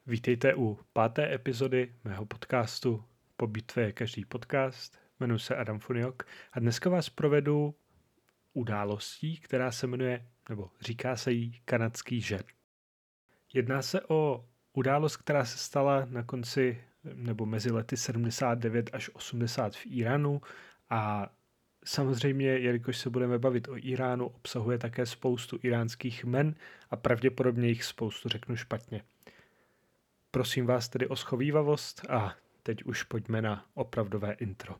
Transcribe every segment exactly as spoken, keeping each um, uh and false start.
Vítejte u páté epizody mého podcastu Po bitvě je každý podcast. Jmenuji se Adam Funiok a dneska vás provedu událostí, která se jmenuje, nebo říká se jí kanadský žer. Jedná se o událost, která se stala na konci nebo mezi lety sedmdesát devět až osmdesát v Íránu a samozřejmě, jelikož se budeme bavit o Íránu, obsahuje také spoustu iránských jmen a pravděpodobně jich spoustu řeknu špatně. Prosím vás tedy o schovívavost a teď už pojďme na opravdové intro.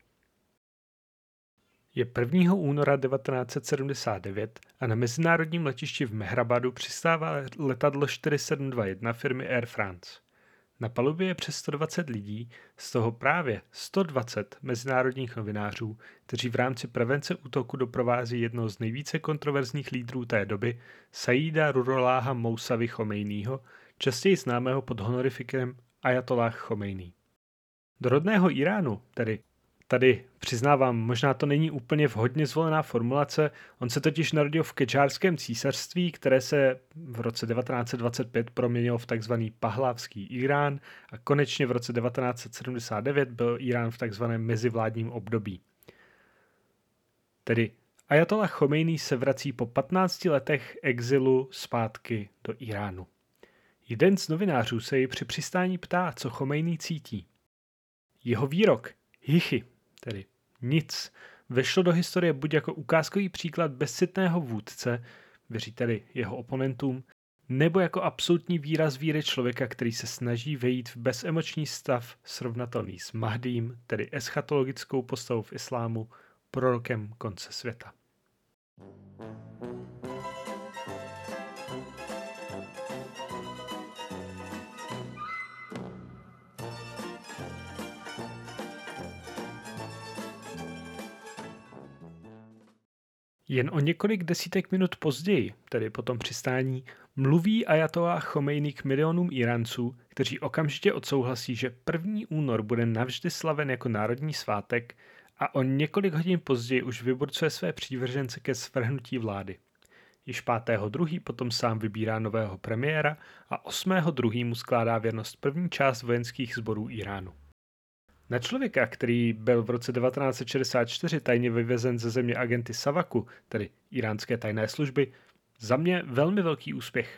Je prvního února devatenáct set sedmdesát devět a na mezinárodním letišti v Mehrabadu přistává letadlo čtyři sedm dva jedna firmy Air France. Na palubě je přes sto dvacet lidí, z toho právě sto dvacet mezinárodních novinářů, kteří v rámci prevence útoku doprovází jednoho z nejvíce kontroverzních lídrů té doby, Saída Ruholáha Mousavi Chomejního, častěji známého pod honorifikem Ajatolláh Chomejní. Do rodného Íránu, tedy tady přiznávám, možná to není úplně vhodně zvolená formulace, on se totiž narodil v Kedžárském císařství, které se v roce devatenáct set dvacet pět proměnilo v takzvaný Pahlávský Írán a konečně v roce devatenáct set sedmdesát devět byl Írán v takzvaném mezivládním období. Tedy Ajatolláh Chomejní se vrací po patnácti letech exilu zpátky do Íránu. Jeden z novinářů se jej při přistání ptá, co Chomejní cítí. Jeho výrok, hichy, tedy nic, vešlo do historie buď jako ukázkový příklad bezcitného vůdce, věří tedy jeho oponentům, nebo jako absolutní výraz víry člověka, který se snaží vejít v bezemoční stav srovnatelný s Mahdím, tedy eschatologickou postavou v islámu, prorokem konce světa. Jen o několik desítek minut později, tedy po tom přistání, mluví Ajatolláh Chomejní k milionům Íranců, kteří okamžitě odsouhlasí, že první únor bude navždy slaven jako národní svátek a o několik hodin později už vyburcuje své přívržence ke svrhnutí vlády. Již pátého druhého potom sám vybírá nového premiéra a osmého druhého mu skládá věrnost první část vojenských sborů Íránu. Na člověka, který byl v roce devatenáct set šedesát čtyři tajně vyvezen ze země agenty Savaku, tedy iránské tajné služby, za mě velmi velký úspěch.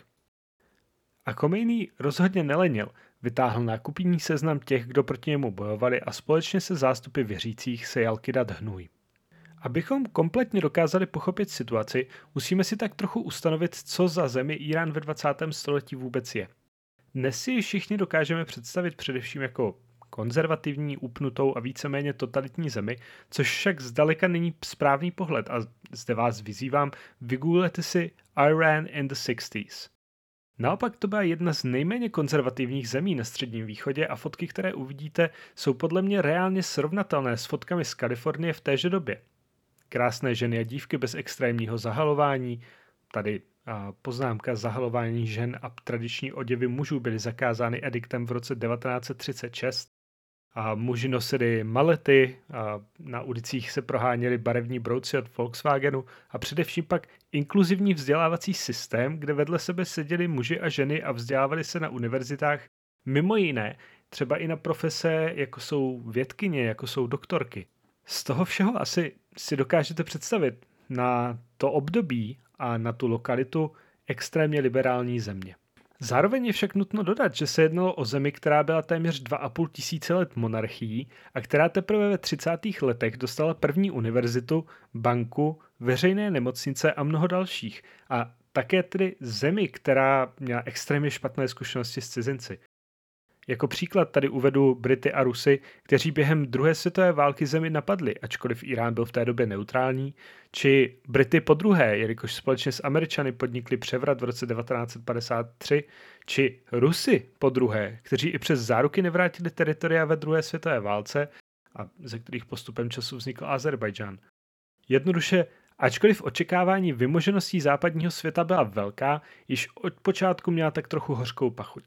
A Chomejní rozhodně nelenil, vytáhl nákupní seznam těch, kdo proti němu bojovali a společně se zástupy věřících se jal kydat hnůj. Abychom kompletně dokázali pochopit situaci, musíme si tak trochu ustanovit, co za zemi Írán ve dvacátém století vůbec je. Dnes si ji všichni dokážeme představit především jako konzervativní, upnutou a víceméně totalitní zemi, což však zdaleka není správný pohled a zde vás vyzývám, vygooglete si Iran in the sixties. Naopak to byla jedna z nejméně konzervativních zemí na Středním východě a fotky, které uvidíte, jsou podle mě reálně srovnatelné s fotkami z Kalifornie v téže době. Krásné ženy a dívky bez extrémního zahalování, tady a poznámka zahalování žen a tradiční oděvy mužů byly zakázány ediktem v roce devatenáct set třicet šest. A muži nosili malety, a na ulicích se proháněli barevní brouci od Volkswagenu a především pak inkluzivní vzdělávací systém, kde vedle sebe seděli muži a ženy a vzdělávali se na univerzitách, mimo jiné, třeba i na profese, jako jsou vědkyně, jako jsou doktorky. Z toho všeho asi si dokážete představit na to období a na tu lokalitu extrémně liberální země. Zároveň je však nutno dodat, že se jednalo o zemi, která byla téměř dva a půl tisíce let monarchií a která teprve ve třicátých letech dostala první univerzitu, banku, veřejné nemocnice a mnoho dalších. A také tedy zemi, která měla extrémně špatné zkušenosti s cizinci. Jako příklad tady uvedu Brity a Rusy, kteří během druhé světové války zemi napadli, ačkoliv Írán byl v té době neutrální, či Brity po druhé, jelikož společně s Američany podnikli převrat v roce devatenáct set padesát tři, či Rusy po druhé, kteří i přes záruky nevrátili teritoria ve druhé světové válce, a ze kterých postupem času vznikl Azerbajdžán. Jednoduše, ačkoliv očekávání vymožeností západního světa byla velká, již od počátku měla tak trochu hořkou pachuť.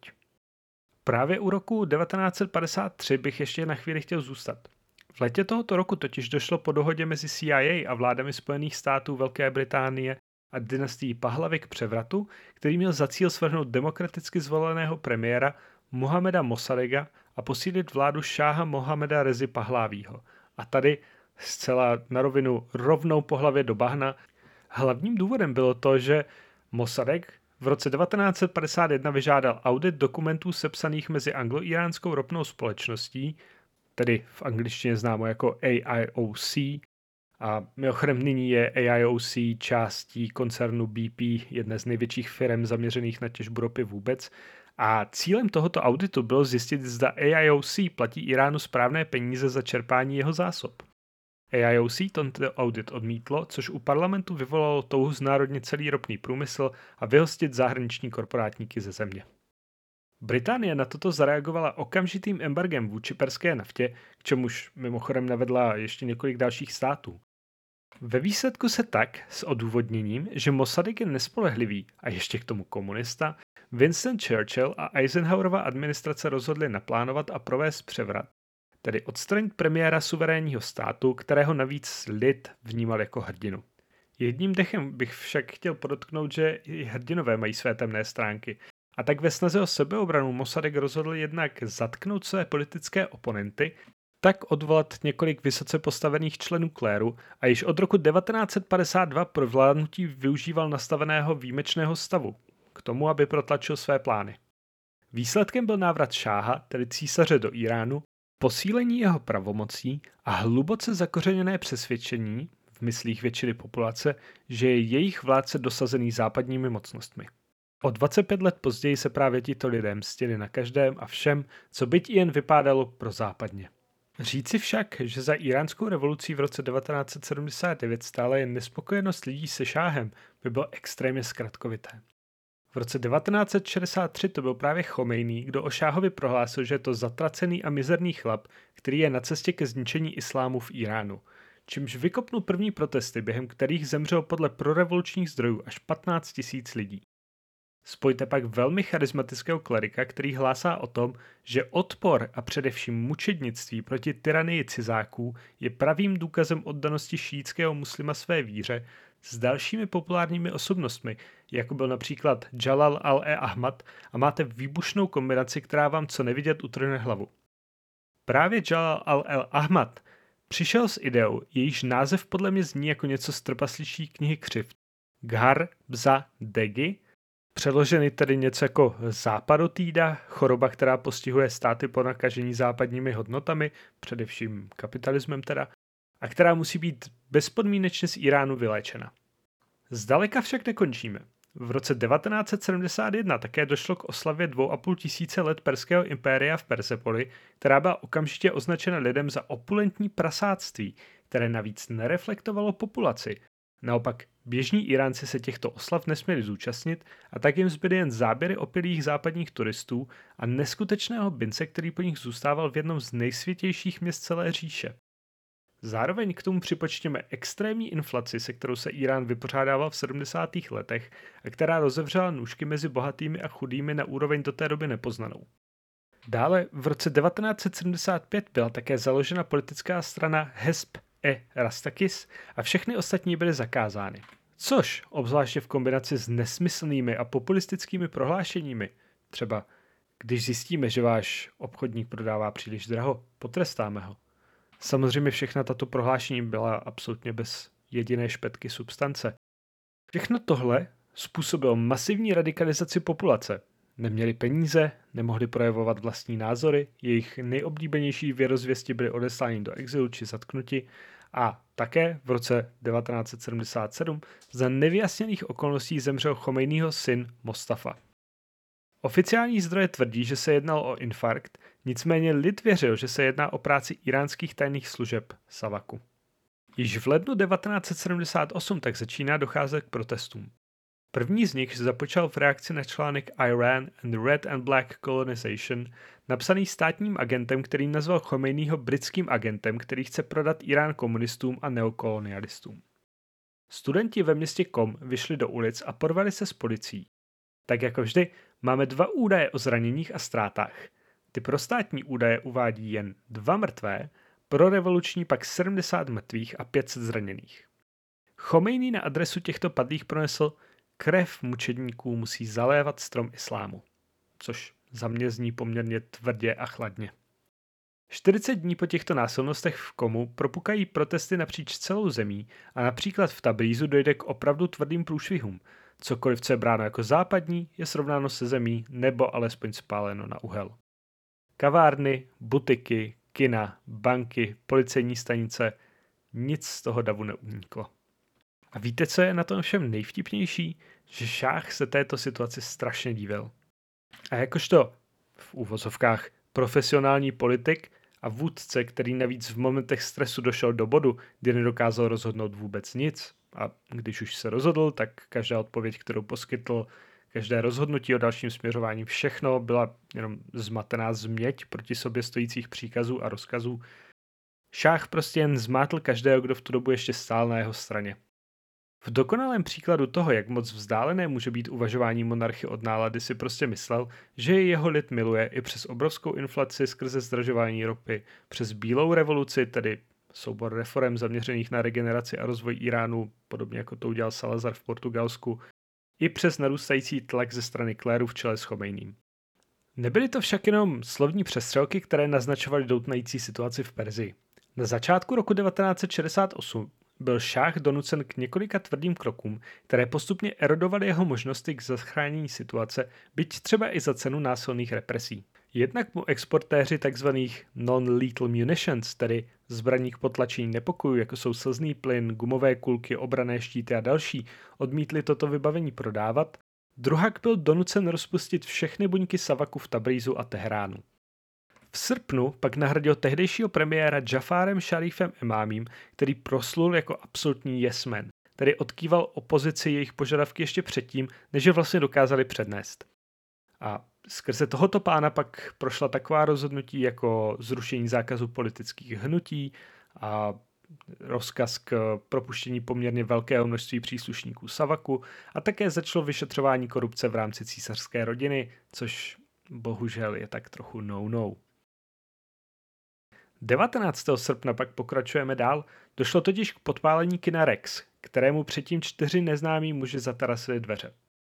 Právě u roku devatenáct set padesát tři bych ještě na chvíli chtěl zůstat. V létě tohoto roku totiž došlo po dohodě mezi C I A a vládami Spojených států Velké Británie a dynastii Pahlavy k převratu, který měl za cíl svrhnout demokraticky zvoleného premiéra Mohameda Mossadega a posílit vládu šáha Mohameda Rezy Pahlávího. A tady zcela na rovinu rovnou po hlavě do bahna. Hlavním důvodem bylo to, že Mossadegh v roce devatenáct set padesát jedna vyžádal audit dokumentů sepsaných mezi anglo-iránskou ropnou společností, tedy v angličtině známo jako A I O C, a mimochodem nyní je A I O C částí koncernu B P, jedné z největších firm zaměřených na těžbu ropy vůbec. A cílem tohoto auditu bylo zjistit, zda A I O C platí Iránu správné peníze za čerpání jeho zásob. A I O C tento audit odmítlo, což u parlamentu vyvolalo touhu znárodnit celý ropný průmysl a vyhostit zahraniční korporátníky ze země. Británie na toto zareagovala okamžitým embargem vůči perské naftě, k čemuž mimochodem navedla ještě několik dalších států. Ve výsledku se tak, s odůvodněním, že Mossadegh je nespolehlivý a ještě k tomu komunista, Winston Churchill a Eisenhowerova administrace rozhodli naplánovat a provést převrat, tedy odstranit premiéra suverénního státu, kterého navíc lid vnímal jako hrdinu. Jedním dechem bych však chtěl podotknout, že i hrdinové mají své temné stránky, a tak ve snaze o sebeobranu Mossadegh rozhodl jednak zatknout své politické oponenty, tak odvolat několik vysoce postavených členů kléru a již od roku devatenáct set padesát dva pro vládnutí využíval nastaveného výjimečného stavu k tomu, aby protlačil své plány. Výsledkem byl návrat šáha, tedy císaře, do Iránu, posílení jeho pravomocí a hluboce zakořeněné přesvědčení v myslích většiny populace, že je jejich vládce dosazený západními mocnostmi. O dvacet pět let později se právě tito lidé mstili na každém a všem, co byť jen vypadalo prozápadně. Říci však, že za iránskou revolucí v roce devatenáct set sedmdesát devět stála jen nespokojenost lidí se šáhem, by bylo extrémně zkratkovité. V roce devatenáct set šedesát tři to byl právě Chomejný, kdo o šáhovi prohlásil, že je to zatracený a mizerný chlap, který je na cestě ke zničení islámu v Iránu, čímž vykopnul první protesty, během kterých zemřelo podle prorevolučních zdrojů až patnáct tisíc lidí. Spojte pak velmi charismatického klerika, který hlásá o tom, že odpor a především mučednictví proti tyranii cizáků je pravým důkazem oddanosti šíitského muslima své víře, s dalšími populárními osobnostmi, jako byl například Jalal al-e-Ahmad, a máte výbušnou kombinaci, která vám co nevidět utrhne hlavu. Právě Jalal al-e-Ahmad přišel s ideou, jejíž název podle mě zní jako něco z trpasličí knihy křivd. Ghar Bza Degi, přeloženy tedy něco jako západotída, choroba, která postihuje státy po nakažení západními hodnotami, především kapitalismem teda, a která musí být bezpodmínečně z Iránu vyléčena. Zdaleka však nekončíme. V roce devatenáct set sedmdesát jedna také došlo k oslavě dvou a půl tisíce let perského impéria v Persepoli, která byla okamžitě označena lidem za opulentní prasáctví, které navíc nereflektovalo populaci. Naopak běžní Iránci se těchto oslav nesměli zúčastnit a tak jim zbyly jen záběry opilých západních turistů a neskutečného bince, který po nich zůstával v jednom z nejsvětějších měst celé říše. Zároveň k tomu připočtěme extrémní inflaci, se kterou se Irán vypořádával v sedmdesátých letech a která rozevřela nůžky mezi bohatými a chudými na úroveň do té doby nepoznanou. Dále v roce devatenáct set sedmdesát pět byla také založena politická strana Hezb e Rastakis a všechny ostatní byly zakázány. Což, obzvláště v kombinaci s nesmyslnými a populistickými prohlášeními, třeba když zjistíme, že váš obchodník prodává příliš draho, potrestáme ho. Samozřejmě všechna tato prohlášení byla absolutně bez jediné špetky substance. Všechno tohle způsobilo masivní radikalizaci populace. Neměli peníze, nemohli projevovat vlastní názory, jejich nejoblíbenější věrozvěsti byly odesláni do exilu či zatknuti a také v roce devatenáct set sedmdesát sedm za nevyjasněných okolností zemřel Chomejnýho syn Mostafa. Oficiální zdroje tvrdí, že se jednalo o infarkt, nicméně lid věřil, že se jedná o práci iránských tajných služeb Savaku. Již v lednu devatenáct set sedmdesát osm tak začíná docházet k protestům. První z nich započal v reakci na článek Iran and the Red and Black Colonization, napsaný státním agentem, který nazval Chomejnýho britským agentem, který chce prodat Irán komunistům a neokolonialistům. Studenti ve městě Qom vyšli do ulic a porvali se s policií. Tak jako vždy máme dva údaje o zraněních a ztrátách. Ty prostátní údaje uvádí jen dva mrtvé, pro revoluční pak sedmdesát mrtvých a pět set zraněných. Chomejný na adresu těchto padlých pronesl: krev mučedníků musí zalévat strom islámu. Což Za mě zní poměrně tvrdě a chladně. čtyřicet dní po těchto násilnostech v Komu propukají protesty napříč celou zemí a například v Tabrízu dojde k opravdu tvrdým průšvihům. Cokoliv, co je bráno jako západní, je srovnáno se zemí nebo alespoň spáleno na uhel. Kavárny, butiky, kina, banky, policejní stanice, nic z toho davu neuniklo. A víte, co je na tom všem nejvtipnější? Že šáh se této situaci strašně divil. A jakožto v úvozovkách profesionální politik a vůdce, který navíc v momentech stresu došel do bodu, kdy nedokázal rozhodnout vůbec nic, a když už se rozhodl, tak každá odpověď, kterou poskytl, každé rozhodnutí o dalším směřování, všechno byla jenom zmatená změť proti sobě stojících příkazů a rozkazů. Šáh prostě jen zmátl každého, kdo v tu dobu ještě stál na jeho straně. V dokonalém příkladu toho, jak moc vzdálené může být uvažování monarchy od nálady, si prostě myslel, že jeho lid miluje i přes obrovskou inflaci skrze zdražování ropy, přes bílou revoluci, tedy soubor reforem zaměřených na regeneraci a rozvoj Iránu, podobně jako to udělal Salazar v Portugalsku, i přes narůstající tlak ze strany kléru v čele s Chomejným. Nebyly to však jenom slovní přestřelky, které naznačovaly doutnající situaci v Persii. Na začátku roku devatenáct set šedesát osm byl šáh donucen k několika tvrdým krokům, které postupně erodovaly jeho možnosti k zachránění situace, byť třeba i za cenu násilných represí. Jednak mu exportéři tzv. Non-lethal munitions, tedy zbraní k potlačení nepokojů, jako jsou slzný plyn, gumové kulky, obranné štíty a další, odmítli toto vybavení prodávat. Druhak byl donucen rozpustit všechny buňky Savaku v Tabrízu a Teheránu. V srpnu pak nahradil tehdejšího premiéra Džafárem Šarífem Emámím, který proslul jako absolutní yes man, tedy odkýval opozici jejich požadavky ještě předtím, než je vlastně dokázali přednést. A skrze tohoto pána pak prošla taková rozhodnutí jako zrušení zákazu politických hnutí a rozkaz k propuštění poměrně velkého množství příslušníků Savaku a také začalo vyšetřování korupce v rámci císařské rodiny, což bohužel je tak trochu no-no. devatenáctého srpna pak pokračujeme dál, došlo totiž k podpálení kina Rex, kterému předtím čtyři neznámí muži zatarasili dveře.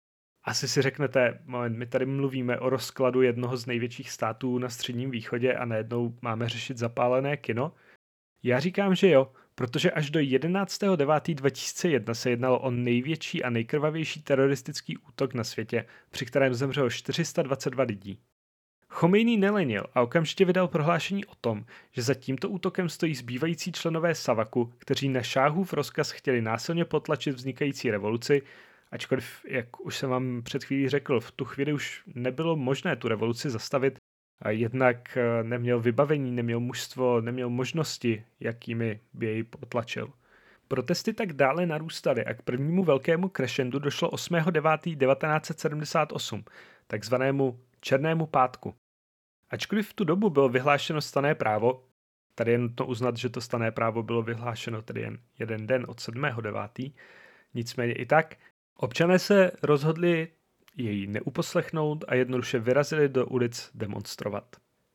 Asi si řeknete, moment, my tady mluvíme o rozkladu jednoho z největších států na Středním východě a najednou máme řešit zapálené kino? Já říkám, že jo, protože až do jedenáctého devátého dva tisíce jedna se jednalo o největší a nejkrvavější teroristický útok na světě, při kterém zemřelo čtyři sta dvacet dva lidí. Chomejný nelenil a okamžitě vydal prohlášení o tom, že za tímto útokem stojí zbývající členové Savaku, kteří na šáhův rozkaz chtěli násilně potlačit vznikající revoluci, ačkoliv, jak už jsem vám před chvílí řekl, v tu chvíli už nebylo možné tu revoluci zastavit, a jednak neměl vybavení, neměl mužstvo, neměl možnosti, jakými by jej potlačil. Protesty tak dále narůstaly a k prvnímu velkému crescendu došlo osmého devátého devatenáct set sedmdesát osm, takzvanému Černému pátku. Ačkoliv v tu dobu bylo vyhlášeno stanné právo, tady je nutno uznat, že to stanné právo bylo vyhlášeno tedy jen jeden den od sedmého devátého Nicméně i tak, občané se rozhodli jej neuposlechnout a jednoduše vyrazili do ulic demonstrovat.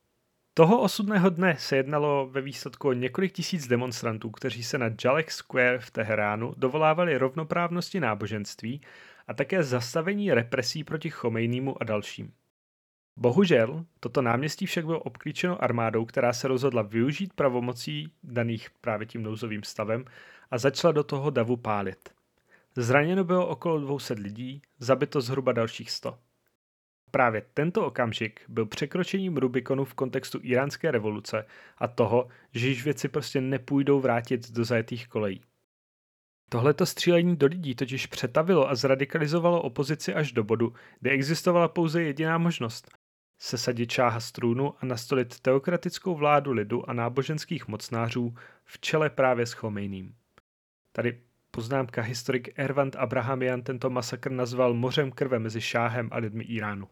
Toho osudného dne se jednalo ve výsledku o několik tisíc demonstrantů, kteří se na Jaleh Square v Teheránu dovolávali rovnoprávnosti náboženství a také zastavení represí proti Chomejnímu a dalším. Bohužel, toto náměstí však bylo obklíčeno armádou, která se rozhodla využít pravomocí daných právě tím nouzovým stavem a začala do toho davu pálit. Zraněno bylo okolo dvě stě lidí, zabito zhruba dalších sto. Právě tento okamžik byl překročením Rubikonu v kontextu iránské revoluce a toho, že již věci prostě nepůjdou vrátit do zajetých kolejí. Tohleto střílení do lidí totiž přetavilo a zradikalizovalo opozici až do bodu, kde existovala pouze jediná možnost – sesadit šáha z trůnu a nastolit teokratickou vládu lidu a náboženských mocnářů v čele právě s Chomejným. Tady poznámka, historik Ervand Abrahamian tento masakr nazval mořem krve mezi šáhem a lidmi Iránu.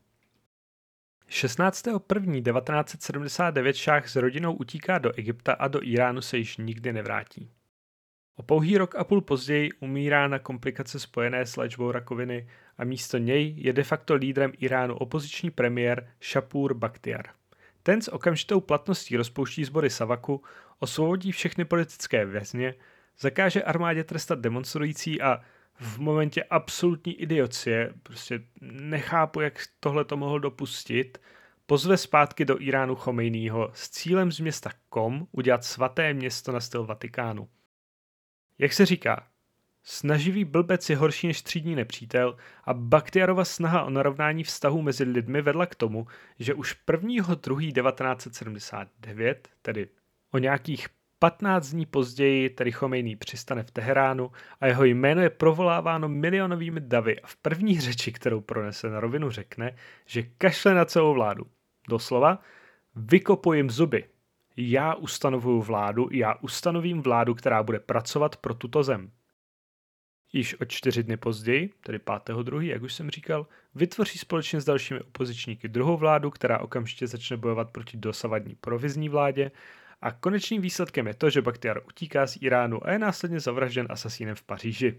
šestnáctého prvního devatenáct set sedmdesát devět šáh s rodinou utíká do Egypta a do Iránu se již nikdy nevrátí. O pouhý rok a půl později umírá na komplikace spojené s léčbou rakoviny a místo něj je de facto lídrem Iránu opoziční premiér Šapur Bakhtiar. Ten s okamžitou platností rozpouští sbory Savaku, osvobodí všechny politické vězně, zakáže armádě trestat demonstrující a v momentě absolutní idiocie, prostě nechápu, jak tohle to mohl dopustit, pozve zpátky do Iránu Chomejního s cílem z města Kom udělat svaté město na styl Vatikánu. Jak se říká, snaživý blbec je horší než třídní nepřítel a Baktiarova snaha o narovnání vztahů mezi lidmi vedla k tomu, že už prvního druhého devatenáct set sedmdesát devět, tedy o nějakých patnáct dní později, tedy Chomejný přistane v Teheránu a jeho jméno je provoláváno milionovými davy a v první řeči, kterou pronese na rovinu, řekne, že kašle na celou vládu. Doslova, vykopujím zuby. Já ustanovuju vládu, já ustanovím vládu, která bude pracovat pro tuto zem. Již o čtyři dny později, tedy pátého druhého jak už jsem říkal, vytvoří společně s dalšími opozičníky druhou vládu, která okamžitě začne bojovat proti dosavadní provizní vládě a konečným výsledkem je to, že Baktiar utíká z Iránu a je následně zavražděn asasínem v Paříži.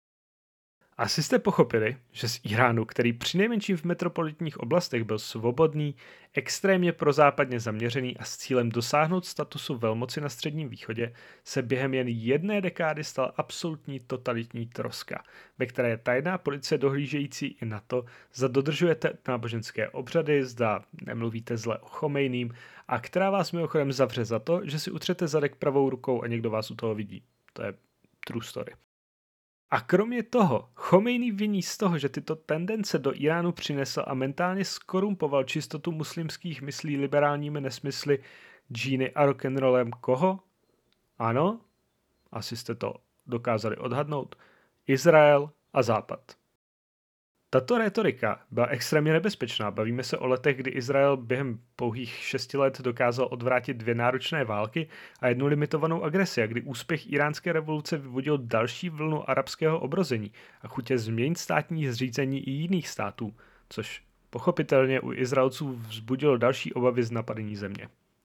Asi jste pochopili, že z Iránu, který přinejmenším v metropolitních oblastech byl svobodný, extrémně prozápadně zaměřený a s cílem dosáhnout statusu velmoci na Středním východě, se během jen jedné dekády stal absolutní totalitní troska, ve které je tajná policie dohlížející i na to, zda dodržujete náboženské obřady, zda nemluvíte zle o Chomejným a která vás mimochodem zavře za to, že si utřete zadek pravou rukou a někdo vás u toho vidí. To je true story. A kromě toho, Chomejný viní z toho, že tyto tendence do Iránu přinesl a mentálně skorumpoval čistotu muslimských myslí liberálními nesmysly, džíny a rock'n'rollem koho? Ano, asi jste to dokázali odhadnout. Izrael a Západ. Tato rétorika byla extrémně nebezpečná. Bavíme se o letech, kdy Izrael během pouhých šesti let dokázal odvrátit dvě náročné války a jednu limitovanou agresi, a kdy úspěch iránské revoluce vyvodil další vlnu arabského obrození a chutě změnit státní zřízení i jiných států, což pochopitelně u Izraelců vzbudilo další obavy z napadení země.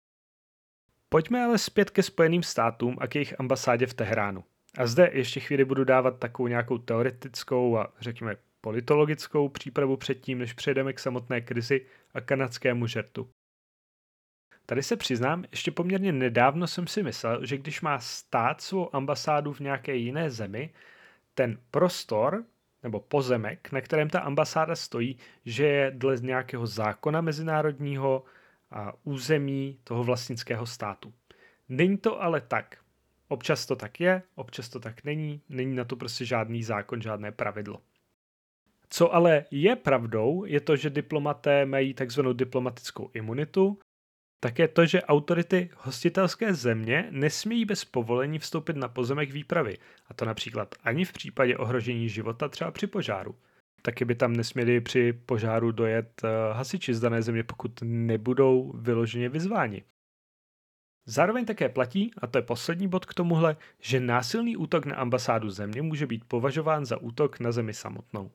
Pojďme ale zpět ke Spojeným státům a k jejich ambasádě v Teheránu. A zde ještě chvíli budu dávat takovou nějakou teoretickou a řekněme politologickou přípravu předtím, než přejdeme k samotné krizi a kanadskému žertu. Tady se přiznám, ještě poměrně nedávno jsem si myslel, že když má stát svou ambasádu v nějaké jiné zemi, ten prostor nebo pozemek, na kterém ta ambasáda stojí, že je dle nějakého zákona mezinárodního a území toho vlastnického státu. Není to ale tak. Občas to tak je, občas to tak není, není na to prostě žádný zákon, žádné pravidlo. Co ale je pravdou, je to, že diplomaté mají takzvanou diplomatickou imunitu, také to, že autority hostitelské země nesmějí bez povolení vstoupit na pozemek výpravy, a to například ani v případě ohrožení života třeba při požáru. Taky by tam nesměli při požáru dojet hasiči z dané země, pokud nebudou vyloženě vyzváni. Zároveň také platí, a to je poslední bod k tomuhle, že násilný útok na ambasádu země může být považován za útok na zemi samotnou.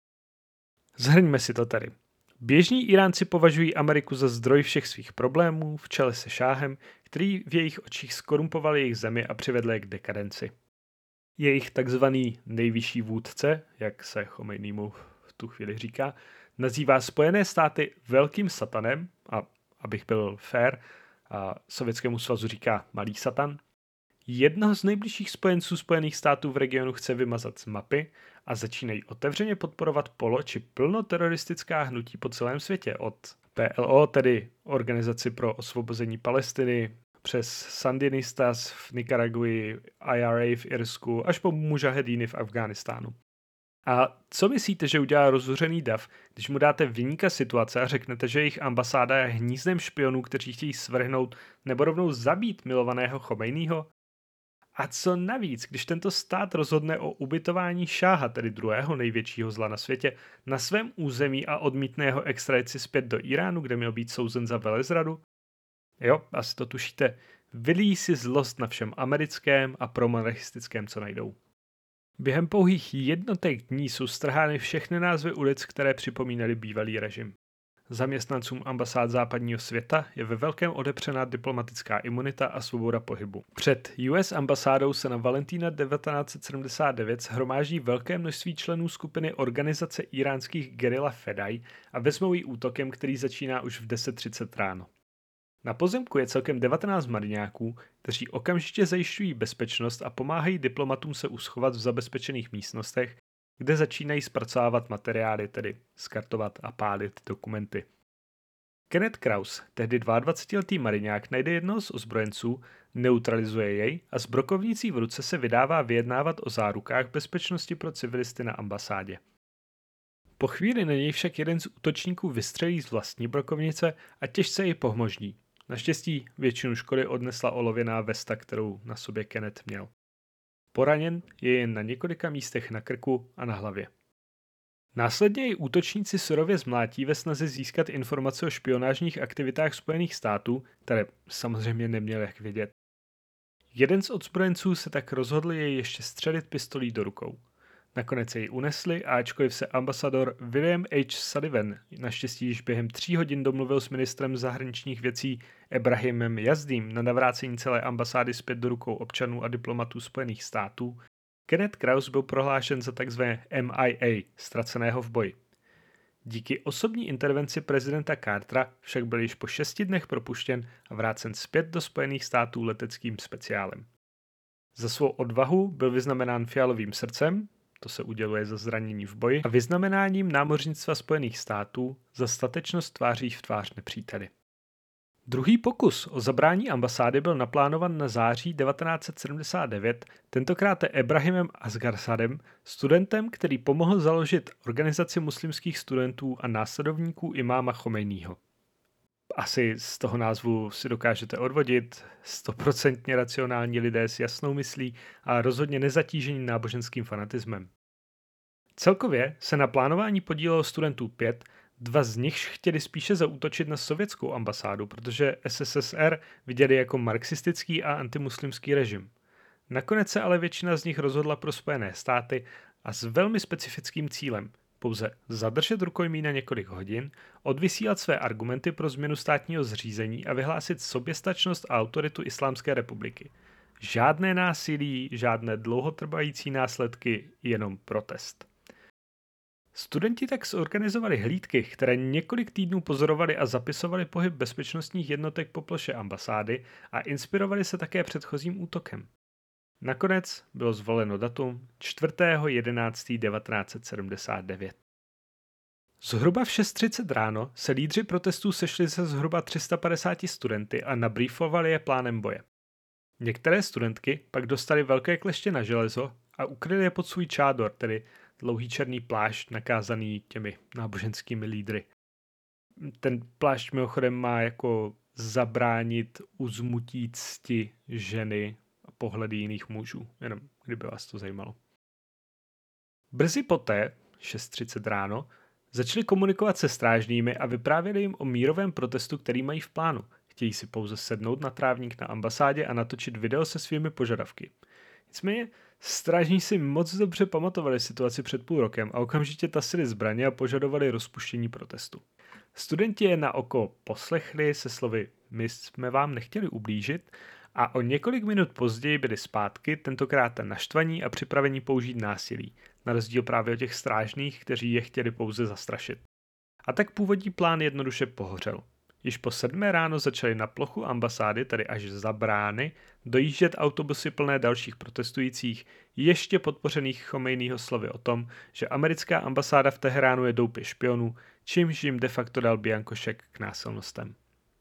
Zhrňme si to tedy. Běžní Iránci považují Ameriku za zdroj všech svých problémů, v čele se šáhem, který v jejich očích skorumpoval jejich zemi a přivedl je k dekadenci. Jejich takzvaný nejvyšší vůdce, jak se Chomejnýmu v tu chvíli říká, nazývá Spojené státy velkým satanem, a abych byl fair, a Sovětskému svazu říká malý satan. Jednoho z nejbližších spojenců Spojených států v regionu chce vymazat z mapy a začínají otevřeně podporovat polo či plnoteroristická hnutí po celém světě, od P L O, tedy Organizaci pro osvobození Palestiny, přes Sandinistas v Nikaraguji, I R A v Irsku, až po mužahedíny v Afghánistánu. A co myslíte, že udělá rozhořený dav, když mu dáte viníka situace a řeknete, že jejich ambasáda je hnízdem špionů, kteří chtějí svrhnout nebo rovnou zabít milovaného Chomejnýho? A co navíc, když tento stát rozhodne o ubytování šáha, tedy druhého největšího zla na světě, na svém území a odmítne jeho extradici zpět do Iránu, kde měl být souzen za velezradu? Jo, asi to tušíte. Vylíjí si zlost na všem americkém a promonarchistickém, co najdou. Během pouhých jednotek dní jsou strhány všechny názvy ulic, které připomínaly bývalý režim. Zaměstnancům ambasád západního světa je ve velkém odepřená diplomatická imunita a svoboda pohybu. Před U S ambasádou se na Valentína devatenáct set sedmdesát devět shromáždí velké množství členů skupiny Organizace iránských gerila Fedaj a vezmou ji útokem, který začíná už v deset třicet ráno. Na pozemku je celkem devatenáct mariňáků, kteří okamžitě zajišťují bezpečnost a pomáhají diplomatům se uschovat v zabezpečených místnostech, kde začínají zpracovávat materiály, tedy skartovat a pálit dokumenty. Kenneth Kraus, tehdy dvaadvacetiletý mariňák, najde jednoho z ozbrojenců, neutralizuje jej a s brokovnicí v ruce se vydává vyjednávat o zárukách bezpečnosti pro civilisty na ambasádě. Po chvíli na něj však jeden z útočníků vystřelí z vlastní brokovnice a těžce jej pohmožní. Naštěstí většinu škody odnesla olověná vesta, kterou na sobě Kenneth měl. Poraněn je jen na několika místech na krku a na hlavě. Následně jej útočníci surově zmlátí ve snaze získat informace o špionážních aktivitách Spojených států, které samozřejmě neměl jak vědět. Jeden z odzbrojenců se tak rozhodl jej ještě střelit pistolí do rukou. Nakonec jej unesli a ačkoliv se ambasador William H. Sullivan naštěstí již během tří hodin domluvil s ministrem zahraničních věcí Ebrahimem Jazdím na navrácení celé ambasády zpět do rukou občanů a diplomatů Spojených států, Kenneth Kraus byl prohlášen za tzv. M I A, ztraceného v boji. Díky osobní intervenci prezidenta Cartera však byl již po šesti dnech propuštěn a vrácen zpět do Spojených států leteckým speciálem. Za svou odvahu byl vyznamenán fialovým srdcem, to se uděluje za zranění v boji, a vyznamenáním námořnictva Spojených států za statečnost tváří v tvář nepříteli. Druhý pokus o zabrání ambasády byl naplánovan na září devatenáct set sedmdesát devět, tentokrát Ebrahimem Asgharsadem, studentem, který pomohl založit organizaci muslimských studentů a následovníků imáma Chomejního. Asi z toho názvu si dokážete odvodit, stoprocentně racionální lidé s jasnou myslí a rozhodně nezatížení náboženským fanatismem. Celkově se na plánování podílelo studentů pět, dva z nich chtěli spíše zaútočit na sovětskou ambasádu, protože S S S R viděli jako marxistický a antimuslimský režim. Nakonec se ale většina z nich rozhodla pro Spojené státy a s velmi specifickým cílem – pouze zadržet rukojmí na několik hodin, odvysílat své argumenty pro změnu státního zřízení a vyhlásit soběstačnost a autoritu Islámské republiky. Žádné násilí, žádné dlouhotrvající následky, jenom protest. Studenti tak zorganizovali hlídky, které několik týdnů pozorovali a zapisovali pohyb bezpečnostních jednotek po ploše ambasády a inspirovali se také předchozím útokem. Nakonec bylo zvoleno datum čtvrtého jedenáctého devatenáct set sedmdesát devět. Zhruba v šest třicet ráno se lídři protestů sešli se zhruba tři sta padesáti studenty a nabrýfovali je plánem boje. Některé studentky pak dostali velké kleště na železo a ukryli je pod svůj čádor, tedy dlouhý černý plášť nakázaný těmi náboženskými lídry. Ten plášť mimochodem má jako zabránit uzmutí cti ženy a pohledy jiných mužů, jenom kdyby vás to zajímalo. Brzy poté, šest třicet ráno, začali komunikovat se strážnými a vyprávěli jim o mírovém protestu, který mají v plánu. Chtějí si pouze sednout na trávník na ambasádě a natočit video se svými požadavky. Nicméně strážníci si moc dobře pamatovali situaci před půl rokem a okamžitě tasili zbraně a požadovali rozpuštění protestu. Studenti je na oko poslechli se slovy my jsme vám nechtěli ublížit a o několik minut později byli zpátky, tentokrát naštvaní a připraveni použít násilí, na rozdíl právě od těch strážných, kteří je chtěli pouze zastrašit. A tak původní plán jednoduše pohořel. Již po sedmé ráno začaly na plochu ambasády, tedy až za brány, dojíždět autobusy plné dalších protestujících, ještě podpořených Chomejnýho slovy o tom, že americká ambasáda v Teheránu je doupě špionů, čímž jim de facto dal biankošek k násilnostem.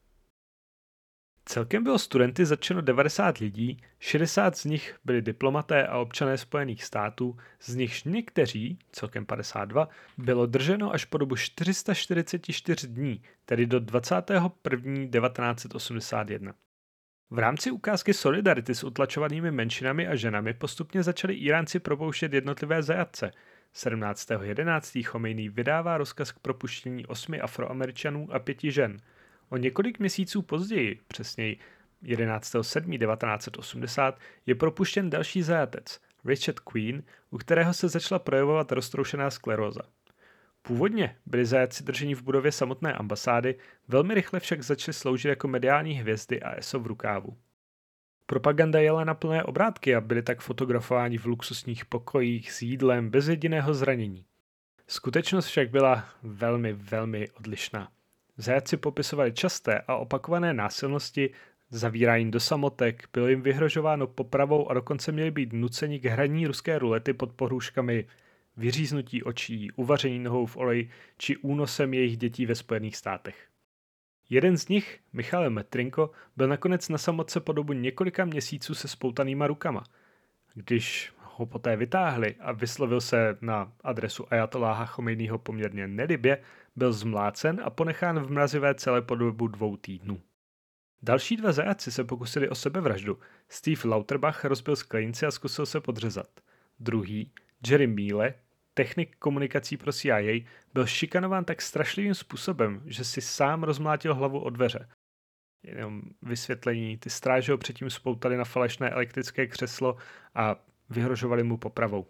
Celkem bylo studenty zatčeno devadesát lidí, šedesát z nich byli diplomaté a občané Spojených států, z nichž někteří, celkem padesát dva, bylo drženo až po dobu čtyři sta čtyřicet čtyři dní, tedy do dvacátého prvního devatenáct set osmdesát jedna. V rámci ukázky solidarity s utlačovanými menšinami a ženami postupně začali Íránci propouštět jednotlivé zajatce. sedmnáctého jedenáctého Chomejný vydává rozkaz k propuštění osmi Afroameričanů a pěti žen. O několik měsíců později, přesněji jedenáctého sedmého devatenáct set osmdesát, je propuštěn další zajatec, Richard Queen, u kterého se začala projevovat roztroušená skleróza. Původně byli zajatci drženi v budově samotné ambasády, velmi rychle však začali sloužit jako mediální hvězdy a eso v rukávu. Propaganda jela na plné obrátky a byli tak fotografováni v luxusních pokojích s jídlem bez jediného zranění. Skutečnost však byla velmi, velmi odlišná. Zajatci popisovali časté a opakované násilnosti, zavírání do samotek, bylo jim vyhrožováno popravou a dokonce měli být nuceni k hraní ruské rulety pod pohrůžkami vyříznutí očí, uvaření nohou v oleji či únosem jejich dětí ve Spojených státech. Jeden z nich, Michal Metrinko, byl nakonec na samotce po dobu několika měsíců se spoutanýma rukama. Když ho poté vytáhli a vyslovil se na adresu ajatoláha Chomejnýho poměrně nelibě, byl zmlácen a ponechán v mrazivé cele po dobu dvou týdnů. Další dva zajatci se pokusili o sebevraždu. Steve Lauterbach rozbil sklenici a zkusil se podřezat. Druhý, Jerry Miele, technik komunikací pro C I A, byl šikanován tak strašlivým způsobem, že si sám rozmlátil hlavu o dveře. Jenom vysvětlení, ty stráže ho předtím spoutali na falešné elektrické křeslo a vyhrožovali mu popravou.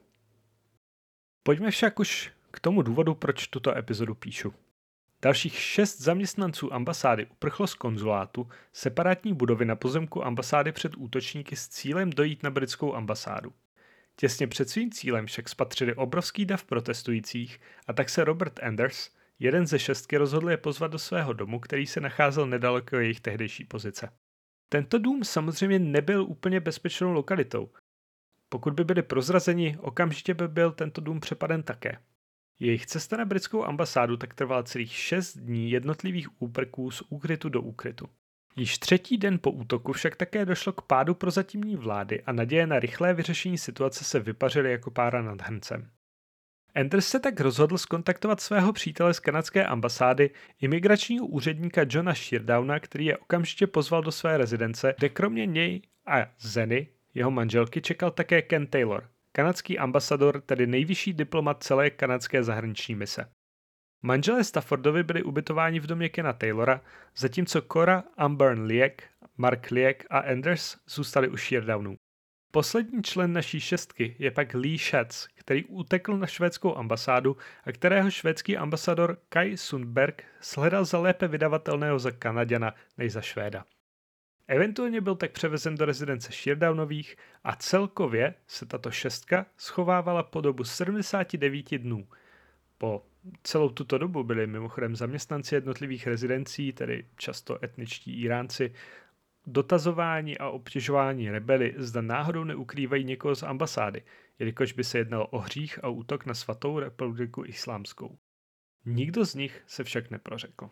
Pojďme však už k tomu důvodu, proč tuto epizodu píšu. Dalších šest zaměstnanců ambasády uprchlo z konzulátu separátní budovy na pozemku ambasády před útočníky s cílem dojít na britskou ambasádu. Těsně před svým cílem však spatřili obrovský dav protestujících a tak se Robert Anders, jeden ze šestky, rozhodl je pozvat do svého domu, který se nacházel nedaleko jejich tehdejší pozice. Tento dům samozřejmě nebyl úplně bezpečnou lokalitou. Pokud by byli prozrazeni, okamžitě by byl tento dům přepaden také. Jejich cesta na britskou ambasádu tak trvala celých šest dní jednotlivých úprků z úkrytu do úkrytu. Již třetí den po útoku však také došlo k pádu prozatímní vlády a naděje na rychlé vyřešení situace se vypařily jako pára nad hrncem. Anders se tak rozhodl zkontaktovat svého přítele z kanadské ambasády, imigračního úředníka Johna Sheardowna, který je okamžitě pozval do své rezidence, kde kromě něj a Zeny, jeho manželky, čekal také Ken Taylor, kanadský ambasador, tedy nejvyšší diplomat celé kanadské zahraniční mise. Manželé Staffordovi byli ubytováni v domě Kena Taylora, zatímco Cora, Amber Liek, Mark Liek a Anders zůstali u Sheardownů. Poslední člen naší šestky je pak Lee Schatz, který utekl na švédskou ambasádu a kterého švédský ambasador Kai Sundberg shledal za lépe vydavatelného za Kanaďana než za Švéda. Eventuálně byl tak převezen do rezidence Sheardownových a celkově se tato šestka schovávala po dobu sedmdesáti devíti dnů. Po celou tuto dobu byli mimochodem zaměstnanci jednotlivých rezidencí, tedy často etničtí Iránci, dotazováni a obtěžování rebeli, zda náhodou neukrývají někoho z ambasády, jelikož by se jednalo o hřích a útok na svatou republiku islámskou. Nikdo z nich se však neprořekl.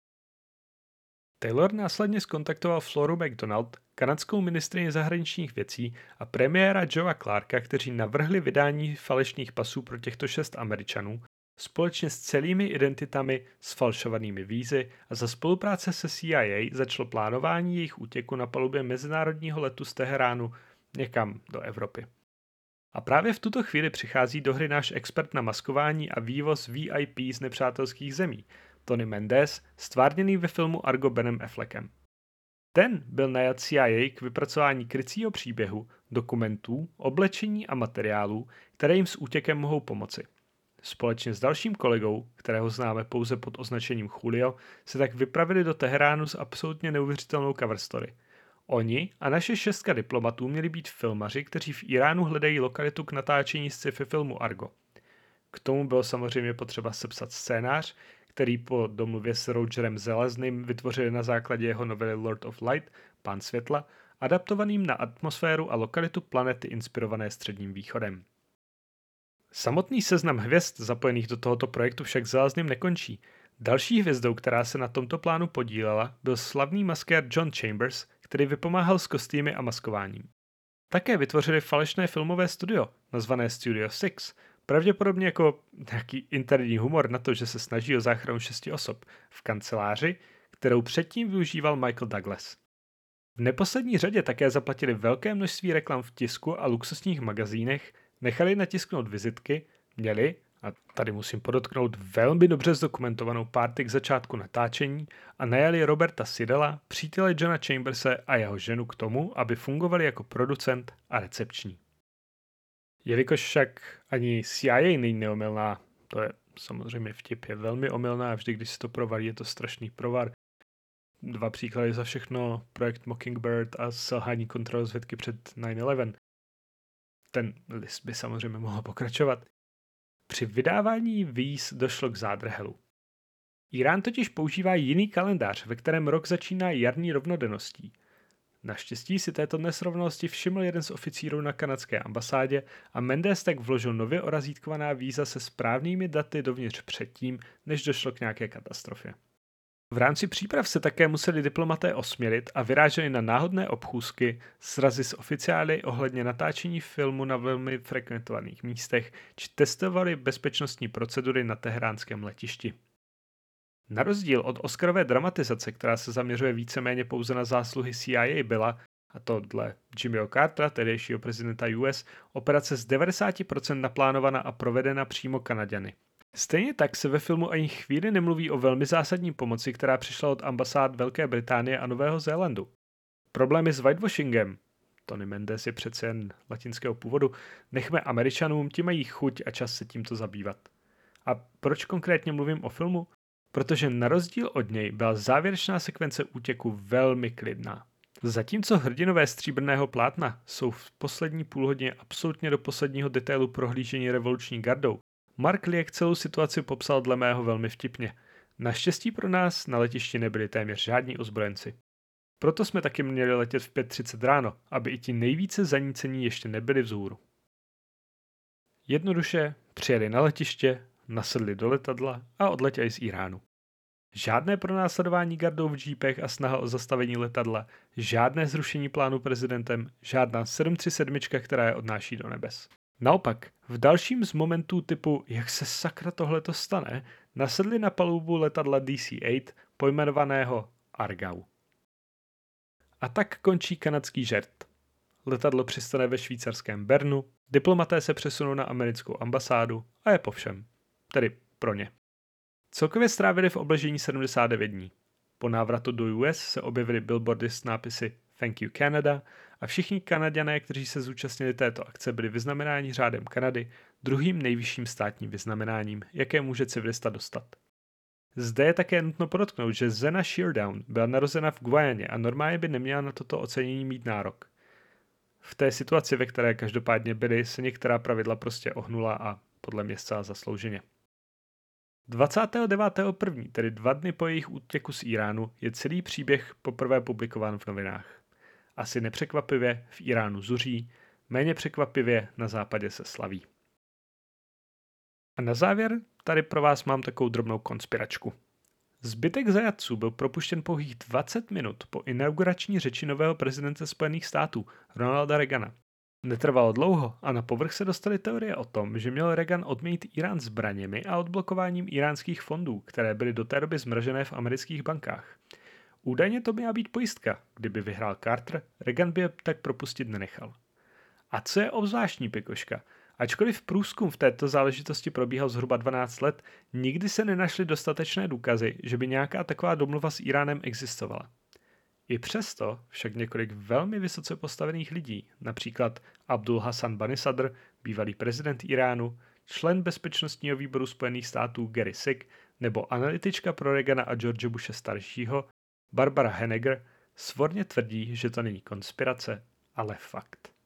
Taylor následně zkontaktoval Floru McDonald, kanadskou ministryni zahraničních věcí, a premiéra Joea Clarka, kteří navrhli vydání falešných pasů pro těchto šest Američanů, společně s celými identitami, sfalšovanými vízy, a za spolupráce se C I A začalo plánování jejich útěku na palubě mezinárodního letu z Teheránu někam do Evropy. A právě v tuto chvíli přichází do hry náš expert na maskování a vývoz V I P z nepřátelských zemí, Tony Mendez, stvárněný ve filmu Argo Benem Affleckem. Ten byl najat C I A k vypracování krycího příběhu, dokumentů, oblečení a materiálů, které jim s útěkem mohou pomoci. Společně s dalším kolegou, kterého známe pouze pod označením Julio, se tak vypravili do Teheránu s absolutně neuvěřitelnou cover story. Oni a naše šestka diplomatů měli být filmaři, kteří v Iránu hledají lokalitu k natáčení sci-fi filmu Argo. K tomu bylo samozřejmě potřeba sepsat scénář, který po domluvě s Rogerem Zelazným vytvořili na základě jeho novely Lord of Light, Pán světla, adaptovaným na atmosféru a lokalitu planety inspirované Středním východem. Samotný seznam hvězd zapojených do tohoto projektu však Zelazným nekončí. Další hvězdou, která se na tomto plánu podílela, byl slavný maskér John Chambers, který vypomáhal s kostýmy a maskováním. Také vytvořili falešné filmové studio, nazvané Studio Six, pravděpodobně jako nějaký interní humor na to, že se snaží o záchranu šesti osob, v kanceláři, kterou předtím využíval Michael Douglas. V neposlední řadě také zaplatili velké množství reklam v tisku a luxusních magazínech, nechali natisknout vizitky, měli, a tady musím podotknout, velmi dobře zdokumentovanou party k začátku natáčení a najali Roberta Sidela, přítele Johna Chamberse a jeho ženu k tomu, aby fungovali jako producent a recepční. Jelikož však ani C I A není neomylná, to je samozřejmě vtip, je velmi omylná a vždy, když se to provalí, je to strašný provar. Dva příklady za všechno, projekt Mockingbird a selhání kontrarozvědky před nine eleven. Ten list by samozřejmě mohl pokračovat. Při vydávání víz došlo k zádrhelu. Irán totiž používá jiný kalendář, ve kterém rok začíná jarní rovnodenností. Naštěstí si této nesrovnalosti všiml jeden z oficírů na kanadské ambasádě a Mendes tak vložil nově orazítkovaná víza se správnými daty dovnitř předtím, než došlo k nějaké katastrofě. V rámci příprav se také museli diplomaté osmělit a vyráželi na náhodné obchůzky, srazy s oficiály ohledně natáčení filmu na velmi frekventovaných místech, či testovali bezpečnostní procedury na teheránském letišti. Na rozdíl od Oscarové dramatizace, která se zaměřuje víceméně pouze na zásluhy C I A, byla, a to dle Jimmyho Cartera, tehdejšího prezidenta U S, operace z devadesát procent naplánovaná a provedena přímo Kanaďany. Stejně tak se ve filmu ani chvíli nemluví o velmi zásadní pomoci, která přišla od ambasád Velké Británie a Nového Zélandu. Problémy s whitewashingem, Tony Mendes je přece jen latinského původu, nechme Američanům, ti mají chuť a čas se tímto zabývat. A proč konkrétně mluvím o filmu? Protože na rozdíl od něj byla závěrečná sekvence útěku velmi klidná. Zatímco hrdinové stříbrného plátna jsou v poslední půlhodině absolutně do posledního detailu prohlížení revoluční gardou, Mark Liek celou situaci popsal dle mého velmi vtipně. Naštěstí pro nás na letišti nebyli téměř žádní ozbrojenci. Proto jsme taky měli letět v pět třicet ráno, aby i ti nejvíce zanícení ještě nebyli vzhůru. Jednoduše přijeli na letiště, nasedli do letadla a odletěli z Iránu. Žádné pronásledování gardou v džípech a snaha o zastavení letadla, žádné zrušení plánu prezidentem, žádná sedm tři sedm, která je odnáší do nebes. Naopak, v dalším z momentů typu jak se sakra tohleto stane, nasedli na palubu letadla D C osm pojmenovaného Argau. A tak končí kanadský žert. Letadlo přistane ve švýcarském Bernu, diplomaté se přesunou na americkou ambasádu a je po všem. Tedy pro ně. Celkově strávili v obležení sedmdesát devět dní. Po návratu do U S se objevily billboardy s nápisy Thank you Canada a všichni Kanaďané, kteří se zúčastnili této akce, byli vyznamenáni řádem Kanady, druhým nejvyšším státním vyznamenáním, jaké může civilista dostat. Zde je také nutno podotknout, že Zena Sheardown byla narozena v Guyaně a normálně by neměla na toto ocenění mít nárok. V té situaci, ve které každopádně byly, se některá pravidla prostě ohnula a podle mě zcela zaslouženě. dvacátého devátého prvního tedy dva dny po jejich útěku z Iránu, je celý příběh poprvé publikován v novinách. Asi nepřekvapivě v Iránu zuří, méně překvapivě na západě se slaví. A na závěr tady pro vás mám takovou drobnou konspiračku. Zbytek zajatců byl propuštěn pouhých dvacet minut po inaugurační řeči nového prezidenta Spojených států, Ronalda Reagana. Netrvalo dlouho a na povrch se dostaly teorie o tom, že měl Reagan odměnit Irán zbraněmi a odblokováním iránských fondů, které byly do té doby zmražené v amerických bankách. Údajně to měla být pojistka, kdyby vyhrál Carter, Reagan by je tak propustit nenechal. A co je obzvláštní pikoška? Ačkoliv průzkum v této záležitosti probíhal zhruba dvanáct let, nikdy se nenašly dostatečné důkazy, že by nějaká taková domluva s Iránem existovala. I přesto však několik velmi vysoce postavených lidí, například Abdul Hassan Banisadr, bývalý prezident Iránu, člen bezpečnostního výboru Spojených států Gary Sick nebo analytička pro Reagana a George Bushe staršího, Barbara Henniger, svorně tvrdí, že to není konspirace, ale fakt.